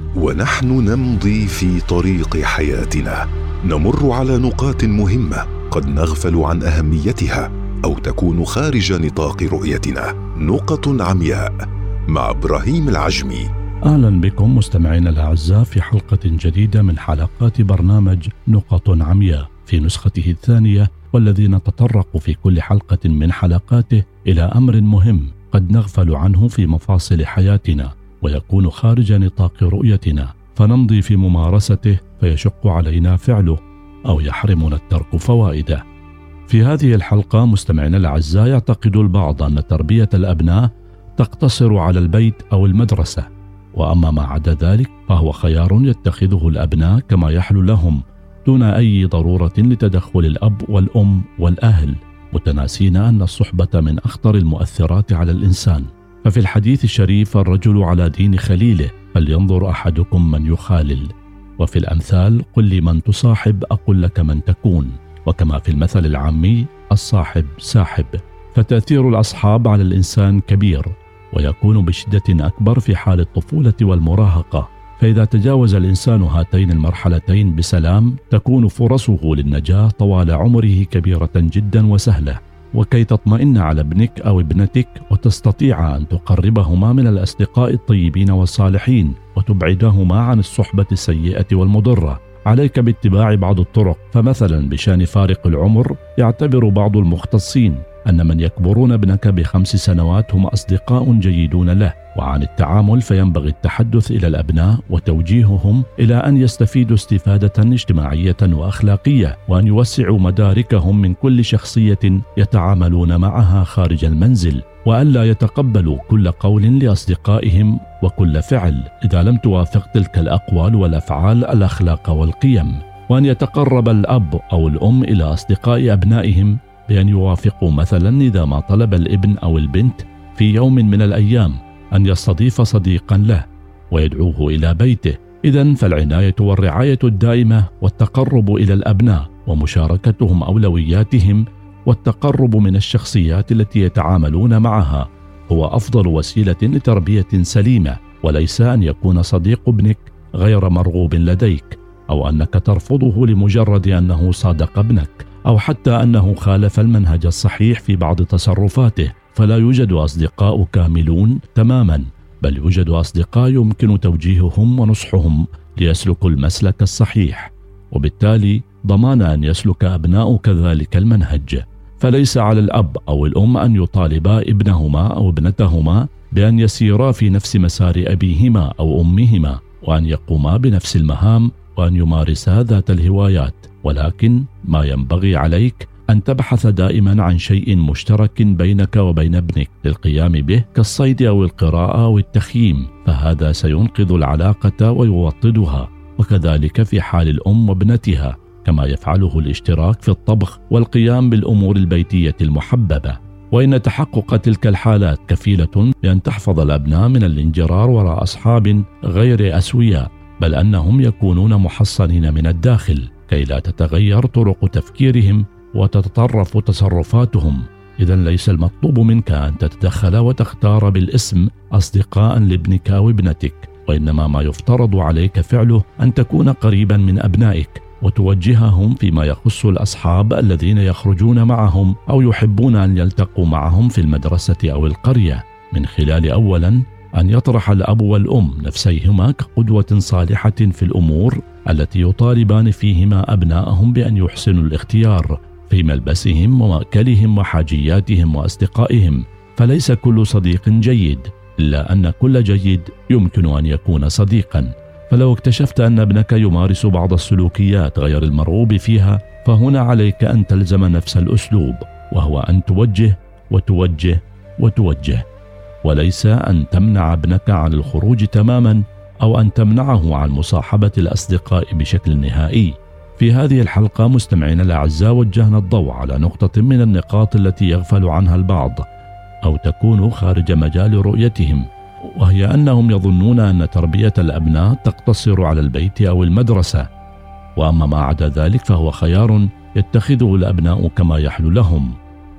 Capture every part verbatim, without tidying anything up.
ونحن نمضي في طريق حياتنا نمر على نقاط مهمة قد نغفل عن أهميتها أو تكون خارج نطاق رؤيتنا. نقط عمياء مع إبراهيم العجمي. أهلا بكم مستمعينا الأعزاء في حلقة جديدة من حلقات برنامج نقط عمياء في نسخته الثانية، والذي نتطرق في كل حلقة من حلقاته إلى أمر مهم قد نغفل عنه في مفاصل حياتنا ويكون خارج نطاق رؤيتنا، فنمضي في ممارسته فيشق علينا فعله أو يحرمنا الترك فوائده. في هذه الحلقة مستمعينا الأعزاء، يعتقد البعض أن تربية الأبناء تقتصر على البيت أو المدرسة، وأما ما عدا ذلك فهو خيار يتخذه الأبناء كما يحلو لهم دون أي ضرورة لتدخل الأب والأم والأهل، متناسين أن الصحبة من أخطر المؤثرات على الإنسان. ففي الحديث الشريف: الرجل على دين خليله فلينظر أحدكم من يخالل. وفي الأمثال: قل لي من تصاحب أقل لك من تكون. وكما في المثل العامي: الصاحب ساحب. فتأثير الأصحاب على الإنسان كبير، ويكون بشدة أكبر في حال الطفولة والمراهقة. فإذا تجاوز الإنسان هاتين المرحلتين بسلام تكون فرصه للنجاة طوال عمره كبيرة جدا وسهلة. وكي تطمئن على ابنك أو ابنتك وتستطيع أن تقربهما من الأصدقاء الطيبين والصالحين وتبعدهما عن الصحبة السيئة والمضرة، عليك باتباع بعض الطرق. فمثلا بشأن فارق العمر، يعتبر بعض المختصين أن من يكبرون ابنك بخمس سنوات هم أصدقاء جيدون له. وعن التعامل فينبغي التحدث إلى الأبناء وتوجيههم إلى أن يستفيدوا استفادة اجتماعية وأخلاقية، وأن يوسعوا مداركهم من كل شخصية يتعاملون معها خارج المنزل، وألا يتقبلوا كل قول لأصدقائهم وكل فعل إذا لم توافق تلك الأقوال والأفعال الأخلاق والقيم. وأن يتقرب الأب أو الأم إلى أصدقاء أبنائهم بأن يوافقوا مثلا إذا ما طلب الابن أو البنت في يوم من الأيام أن يستضيف صديقا له ويدعوه إلى بيته. إذن فالعناية والرعاية الدائمة والتقرب إلى الأبناء ومشاركتهم أولوياتهم والتقرب من الشخصيات التي يتعاملون معها هو أفضل وسيلة لتربية سليمة، وليس أن يكون صديق ابنك غير مرغوب لديك، أو أنك ترفضه لمجرد أنه صادق ابنك، أو حتى أنه خالف المنهج الصحيح في بعض تصرفاته. فلا يوجد أصدقاء كاملون تماما، بل يوجد أصدقاء يمكن توجيههم ونصحهم ليسلكوا المسلك الصحيح، وبالتالي ضمان أن يسلك أبناؤك ذلك المنهج. فليس على الأب أو الأم أن يطالبا ابنهما أو ابنتهما بأن يسيرا في نفس مسار أبيهما أو أمهما، وأن يقوما بنفس المهام، وأن يمارسا ذات الهوايات، ولكن ما ينبغي عليك أن تبحث دائما عن شيء مشترك بينك وبين ابنك للقيام به كالصيد أو القراءة أو التخييم، فهذا سينقذ العلاقة ويوطدها. وكذلك في حال الأم وابنتها، كما يفعله الاشتراك في الطبخ والقيام بالأمور البيتية المحببة. وإن تحقق تلك الحالات كفيلة بأن تحفظ الأبناء من الانجرار وراء أصحاب غير أسوياء، بل أنهم يكونون محصنين من الداخل كي لا تتغير طرق تفكيرهم وتتطرف تصرفاتهم. إذن ليس المطلوب منك أن تتدخل وتختار بالاسم أصدقاء لابنك أو ابنتك، وإنما ما يفترض عليك فعله أن تكون قريبا من أبنائك وتوجههم فيما يخص الأصحاب الذين يخرجون معهم أو يحبون أن يلتقوا معهم في المدرسة أو القرية، من خلال أولا أن يطرح الأب والأم نفسيهما كقدوة صالحة في الأمور التي يطالبان فيهما أبنائهم بأن يحسنوا الاختيار في ملبسهم ومأكلهم وحاجياتهم وأصدقائهم. فليس كل صديق جيد، إلا أن كل جيد يمكن أن يكون صديقا. فلو اكتشفت أن ابنك يمارس بعض السلوكيات غير المرغوب فيها، فهنا عليك أن تلزم نفس الأسلوب، وهو أن توجه وتوجه وتوجه، وليس أن تمنع ابنك عن الخروج تماما أو أن تمنعه عن مصاحبة الأصدقاء بشكل نهائي. في هذه الحلقة مستمعينا الأعزاء، وجهنا الضوء على نقطة من النقاط التي يغفل عنها البعض أو تكون خارج مجال رؤيتهم، وهي أنهم يظنون أن تربية الأبناء تقتصر على البيت أو المدرسة، وأما ما عدا ذلك فهو خيار يتخذه الأبناء كما يحلو لهم،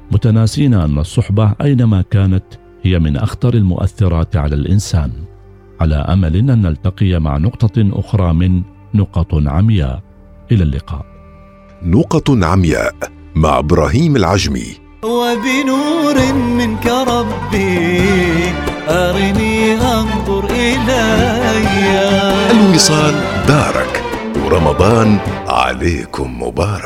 متناسين أن الصحبة أينما كانت هي من أخطر المؤثرات على الإنسان. على أمل أن نلتقي مع نقطة أخرى من نقط عمياء. إلى اللقاء. نقط عمياء مع إبراهيم العجمي. وبنور منك ربي أرني أنظر إلي. الوصال دارك، ورمضان عليكم مبارك.